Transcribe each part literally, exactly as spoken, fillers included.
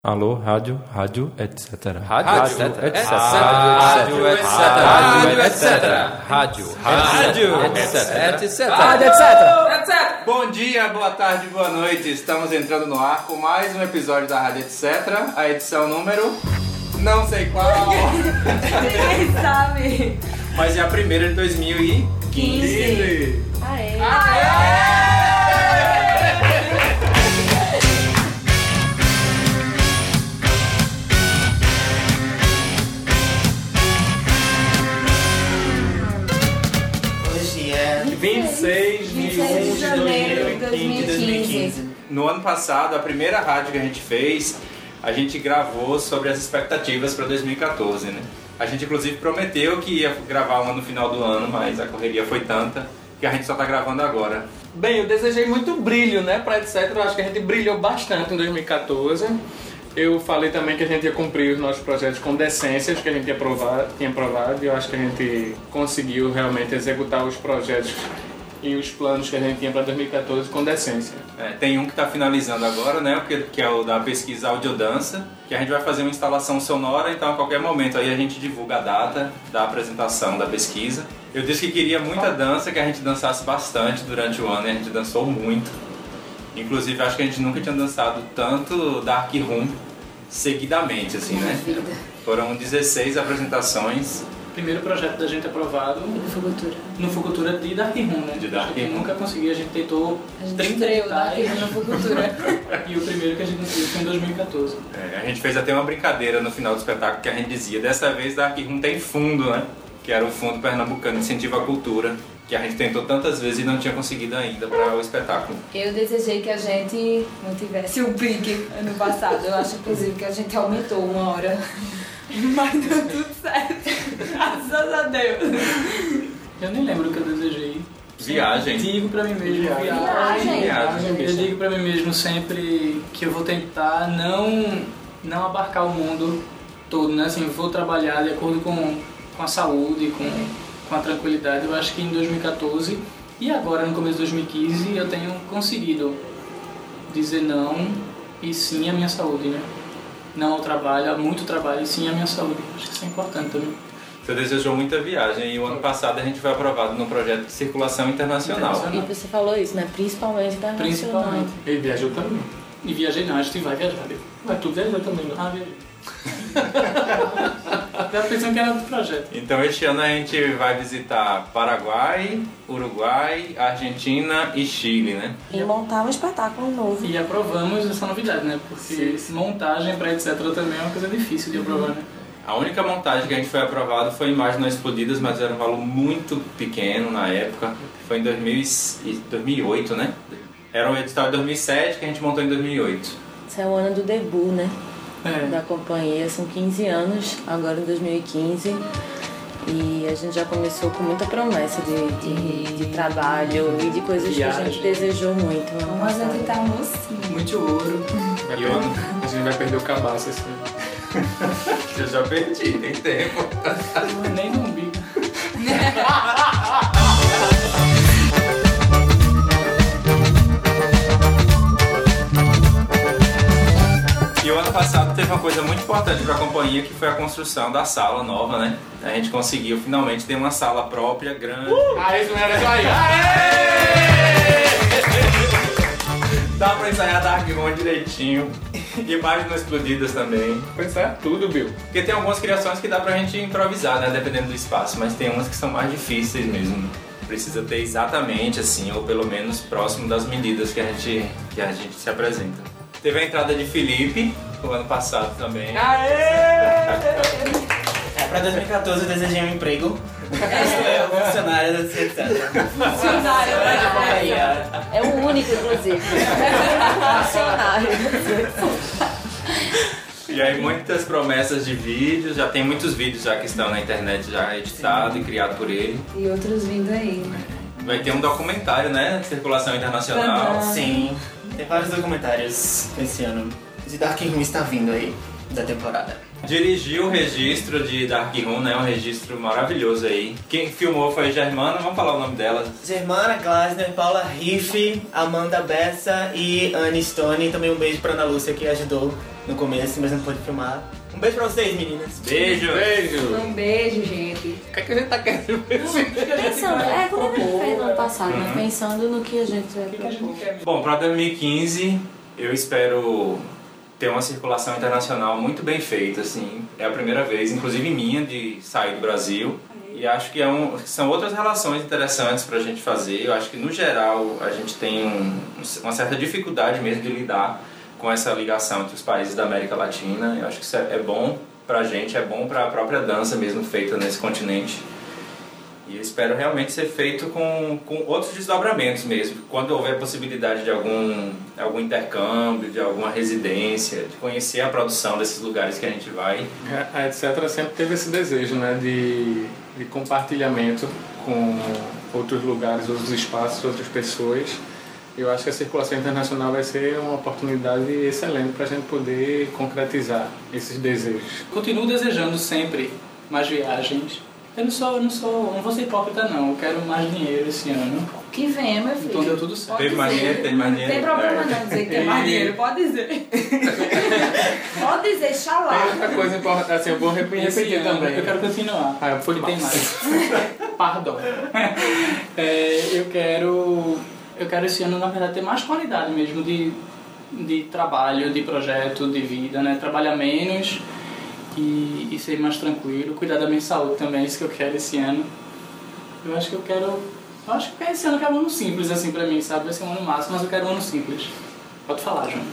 Alô, rádio, rádio, etcétera. Rádio, etcétera. Rádio, etcétera. Rádio, etcétera. Rádio, rádio, etcétera. Rádio, etcétera. Bom dia, boa tarde, boa noite. Estamos entrando no ar com mais um episódio da Rádio Etcétera. A edição número... não sei qual. Ninguém sabe. Mas é a primeira de dois mil e quinze. Aê. Aê! vinte e seis de janeiro de dois mil e quinze. No ano passado, a primeira rádio que a gente fez, a gente gravou sobre as expectativas para dois mil e quatorze, né? A gente inclusive prometeu que ia gravar uma no final do ano, mas a correria foi tanta que a gente só está gravando agora. Bem, eu desejei muito brilho, né, para etcétera. Eu acho que a gente brilhou bastante em dois mil e quatorze. Eu falei também que a gente ia cumprir os nossos projetos com decências que a gente tinha aprovado, tinha aprovado, e eu acho que a gente conseguiu realmente executar os projetos e os planos que a gente tinha para dois mil e quatorze com decência. É, tem um que está finalizando agora, né, que, que é o da pesquisa Audiodança, que a gente vai fazer uma instalação sonora, então a qualquer momento aí a gente divulga a data da apresentação da pesquisa. Eu disse que queria muita dança, que a gente dançasse bastante durante o ano, e a gente dançou muito. Inclusive, acho que a gente nunca tinha dançado tanto Dark Room seguidamente, assim, né? Foram dezesseis apresentações. Primeiro projeto da gente aprovado No Fucultura. no Fucultura de Dark Room, né? De Dark a gente Room. nunca conseguiu, a gente tentou A gente trinta estreou Dark editais, Room no Fucultura. e o primeiro que a gente conseguiu foi em dois mil e quatorze. É, a gente fez até uma brincadeira no final do espetáculo que a gente dizia: dessa vez Dark Room tem fundo, né? Que era o Fundo Pernambucano de Incentivo à Cultura, que a gente tentou tantas vezes e não tinha conseguido ainda para o espetáculo. Eu desejei que a gente não tivesse o pique ano passado. Eu acho, inclusive, que a gente aumentou uma hora. Mas deu tudo certo. Graças a Deus. Eu nem lembro o que eu desejei. Viagem. Eu digo pra mim mesmo, Viagem. viagem. Viagem. Eu digo pra mim mesmo sempre que eu vou tentar não, não abarcar o mundo todo, né? Assim, vou trabalhar de acordo com, com a saúde, com, com a tranquilidade. Eu acho que em dois mil e quatorze e agora no começo de dois mil e quinze eu tenho conseguido dizer não e sim à minha saúde, né? Não ao trabalho, a muito trabalho e sim à minha saúde. Acho que isso é importante também. Você desejou muita viagem e o ano passado a gente foi aprovado no projeto de circulação internacional. Internacional. E você falou isso, né? Principalmente da Principalmente. Ele viajou também. E viajei não, acho que vai viajar. Mas tu viajou também, não? Ah, viajei. Tava pensando que era do projeto. Então este ano a gente vai visitar Paraguai, Uruguai, Argentina e Chile, né? E montar um espetáculo novo. E aprovamos essa novidade, né? Porque montagem pra etcétera também é uma coisa difícil de aprovar, né? A única montagem que a gente foi aprovado foi Imagens Não Explodidas, mas era um valor muito pequeno na época. Foi em dois mil e oito, né? Era um edital de dois mil e sete que a gente montou em dois mil e oito. Esse é o ano do debut, né? É. Da companhia. São quinze anos, agora em dois mil e quinze. E a gente já começou com muita promessa de, de, de trabalho e de coisas que a gente Viagem. desejou muito. no ano Mas a passado. gente tá mocinho. Muito ouro. Vai E o ano? perder- A gente vai perder o cabaço esse ano. Eu já perdi, tem tempo. Não é nem no umbigo. E o ano passado teve uma coisa muito importante para a companhia, que foi a construção da sala nova, né? A gente conseguiu finalmente ter uma sala própria, grande. Ah, isso não era isso aí. Dá pra ensaiar Dark Room direitinho. Imagens Não Explodidas também. Pensar tudo, Bill. Porque tem algumas criações que dá pra gente improvisar, né? Dependendo do espaço. Mas tem umas que são mais difíceis mesmo. Precisa ter exatamente assim, ou pelo menos próximo das medidas que a gente, que a gente se apresenta. Teve a entrada de Felipe, o ano passado também. É, pra dois mil e quatorze eu desejei um emprego. Eu sou funcionário da etcétera. Funcionário da companhia. É o único, inclusive. Funcionário. E aí muitas promessas de vídeos, já tem muitos vídeos já que estão na internet já editado e criado por ele. E outros vindo aí. Vai ter um documentário, né? Circulação Internacional. Aham. Sim, tem vários documentários esse ano. Esse Dark Room está vindo aí, da temporada. Dirigiu o registro de Dark Room, né? Um registro maravilhoso aí. Quem filmou foi a Germana, vamos falar o nome dela. Germana Glasner, Paula Riff, Amanda Bessa e Anne Stone. E também um beijo pra Ana Lúcia que ajudou no começo, mas não pôde filmar. Um beijo pra vocês, meninas. Beijo! Beijo! Um beijo, gente. O que é que a gente tá querendo ver? Pensando, é como a gente fez no ano passado, mas pensando no que a gente vai O que que a gente propor. quer? Bom, para dois mil e quinze eu espero ter uma circulação internacional muito bem feita, assim. É a primeira vez, inclusive minha, de sair do Brasil. E acho que é um, são outras relações interessantes para a gente fazer. Eu acho que, no geral, a gente tem um, uma certa dificuldade mesmo de lidar com essa ligação entre os países da América Latina. Eu acho que isso é, é bom para a gente, é bom para a própria dança mesmo feita nesse continente. E eu espero realmente ser feito com, com outros desdobramentos mesmo. Quando houver possibilidade de algum, algum intercâmbio, de alguma residência, de conhecer a produção desses lugares que a gente vai. A Etc. sempre teve esse desejo, né, de, de compartilhamento com outros lugares, outros espaços, outras pessoas. Eu acho que a circulação internacional vai ser uma oportunidade excelente para a gente poder concretizar esses desejos. Continuo desejando sempre mais viagens. Eu não sou, eu não sou, não vou ser hipócrita não, eu quero mais dinheiro esse ano. Que venha, meu filho. Então deu tudo certo. Pode Teve mais dizer. dinheiro, tem mais dinheiro. Não tem problema É. não dizer que tem mais dinheiro, pode dizer. Pode dizer, Tem xalá. outra coisa importante, assim, eu vou rep- Esse repetir ano também. eu quero continuar. Ah, foi porque mal. tem mais. Pardon. É, eu quero, eu quero esse ano, na verdade, ter mais qualidade mesmo de, de trabalho, de projeto, de vida, né? Trabalhar menos e, e ser mais tranquilo, cuidar da minha saúde também, é isso que eu quero esse ano. Eu acho que eu quero, eu acho que esse ano eu quero um ano simples assim pra mim, sabe? Vai ser um ano máximo, mas eu quero um ano simples. Pode falar, João.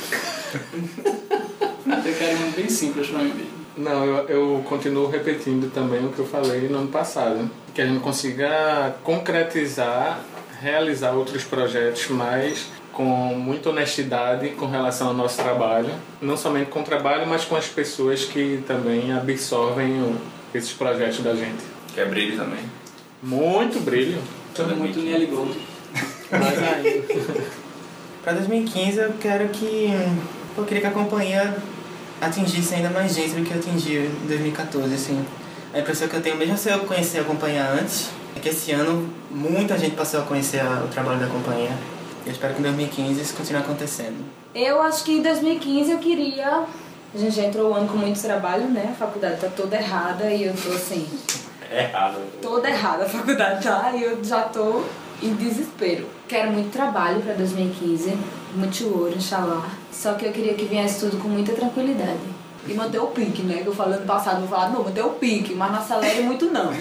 Eu quero um ano bem simples pra mim mesmo. Não, eu, eu continuo repetindo também o que eu falei no ano passado. Que a gente consiga concretizar, realizar outros projetos, mas com muita honestidade com relação ao nosso trabalho. Não somente com o trabalho, mas com as pessoas que também absorvem o, esses projetos da gente. Que é brilho também. Muito brilho. Sou muito Nelly Gold. Mas aí, Pra dois mil e quinze eu quero que... Eu queria que a companhia atingisse ainda mais gente do que atingiu em dois mil e quatorze, assim. A impressão que eu tenho, mesmo se eu conhecer a companhia antes, é que esse ano muita gente passou a conhecer a, o trabalho da companhia. Eu espero que em dois mil e quinze isso continue acontecendo. Eu acho que em dois mil e quinze eu queria... A gente já entrou o ano com muito trabalho, né? A faculdade tá toda errada e eu tô assim... É errado. Toda errada a faculdade tá e eu já tô em desespero. Quero muito trabalho pra dois mil e quinze, muito ouro, inshallah. Só que eu queria que viesse tudo com muita tranquilidade. E manter o pique, né? Que eu falei ano passado, vou falar, não, manter o pique, mas não acelere muito não.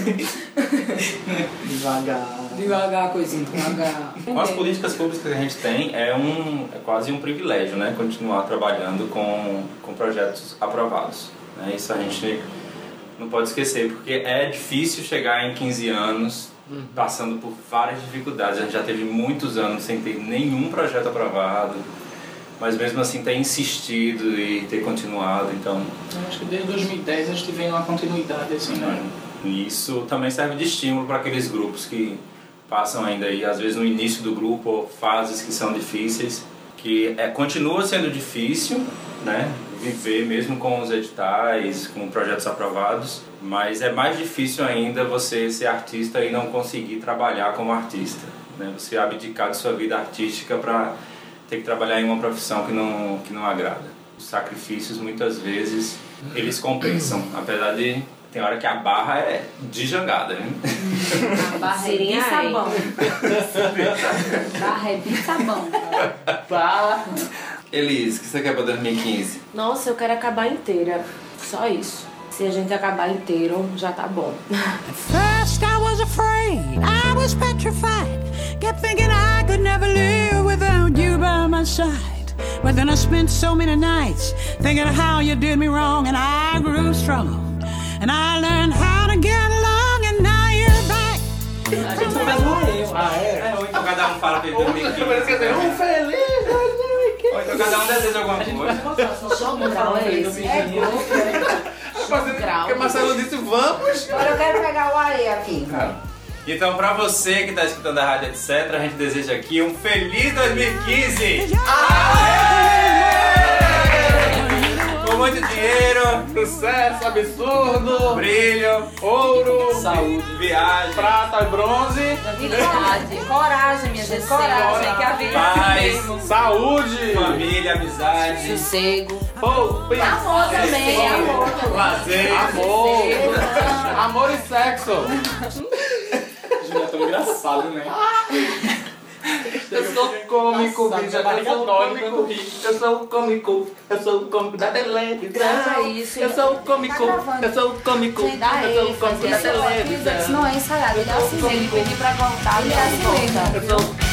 Devagar. Devagar, coisinha, devagar. Com as políticas públicas que a gente tem, é, um, é quase um privilégio, né? Continuar trabalhando com, com projetos aprovados. Né? Isso a gente não pode esquecer, porque é difícil chegar em quinze anos passando por várias dificuldades. A gente já teve muitos anos sem ter nenhum projeto aprovado, mas mesmo assim ter insistido e ter continuado, então... Eu acho que desde dois mil e dez a gente vem uma continuidade assim, né? E isso também serve de estímulo para aqueles grupos que passam ainda aí, às vezes no início do grupo, fases que são difíceis, que é, continua sendo difícil, né? Viver mesmo com os editais, com projetos aprovados, mas é mais difícil ainda você ser artista e não conseguir trabalhar como artista, né? Você abdicar de sua vida artística para ter que trabalhar em uma profissão que não, que não agrada. Os sacrifícios muitas vezes eles compensam, apesar de tem hora que a barra é de jangada, né? A barra é de sabão. Barra é de sabão. Fala! Elis, o que você quer para dois mil e quinze? Nossa, eu quero acabar inteira. Só isso. Se a gente acabar inteiro, já tá bom. First I was afraid, I was petrified. Kept thinking I could never live without you by my side. But then I spent so many nights thinking of how you did me wrong, and I grew strong. And I learned how to get along, and now you're back. A gente só faz um eu. ah, é? É, ou então cada um fala de dois mil e quinze. Um feliz dois mil e quinze. Ou então cada um deseja alguma A gente coisa. pode mostrar, só só Jogo grau é esse. É Porque Marcelo disse vamos. Agora eu quero pegar o areia aqui. Então, pra você que está escutando a rádio, etcétera, a gente deseja aqui um feliz dois mil e quinze! Com muito dinheiro, Sucesso absurdo, brilho, ouro, Saúde. viagem, prata e bronze, Verdade. Coragem, minha gente. Coragem, que a vida é assim paz, mesmo. saúde, família, amizade, Sossego. poupe, Amor também, amor também. lazer. amor, Sossego. amor e sexo. Júlia é tão engraçado, né? Eu sou cômico, Nossa, bicha, minha eu sou barriga cômico, eu sou cômico, eu sou cômico da televisão. Ah, isso. Eu sou cômico, Tá gravando. eu sou cômico, Sem dar eu sou ênfase, cômico da isso, isso televisão. não é ensaiado, ele é assim mesmo. Ele pedir pra voltar, Ele é assim mesmo. Eu sou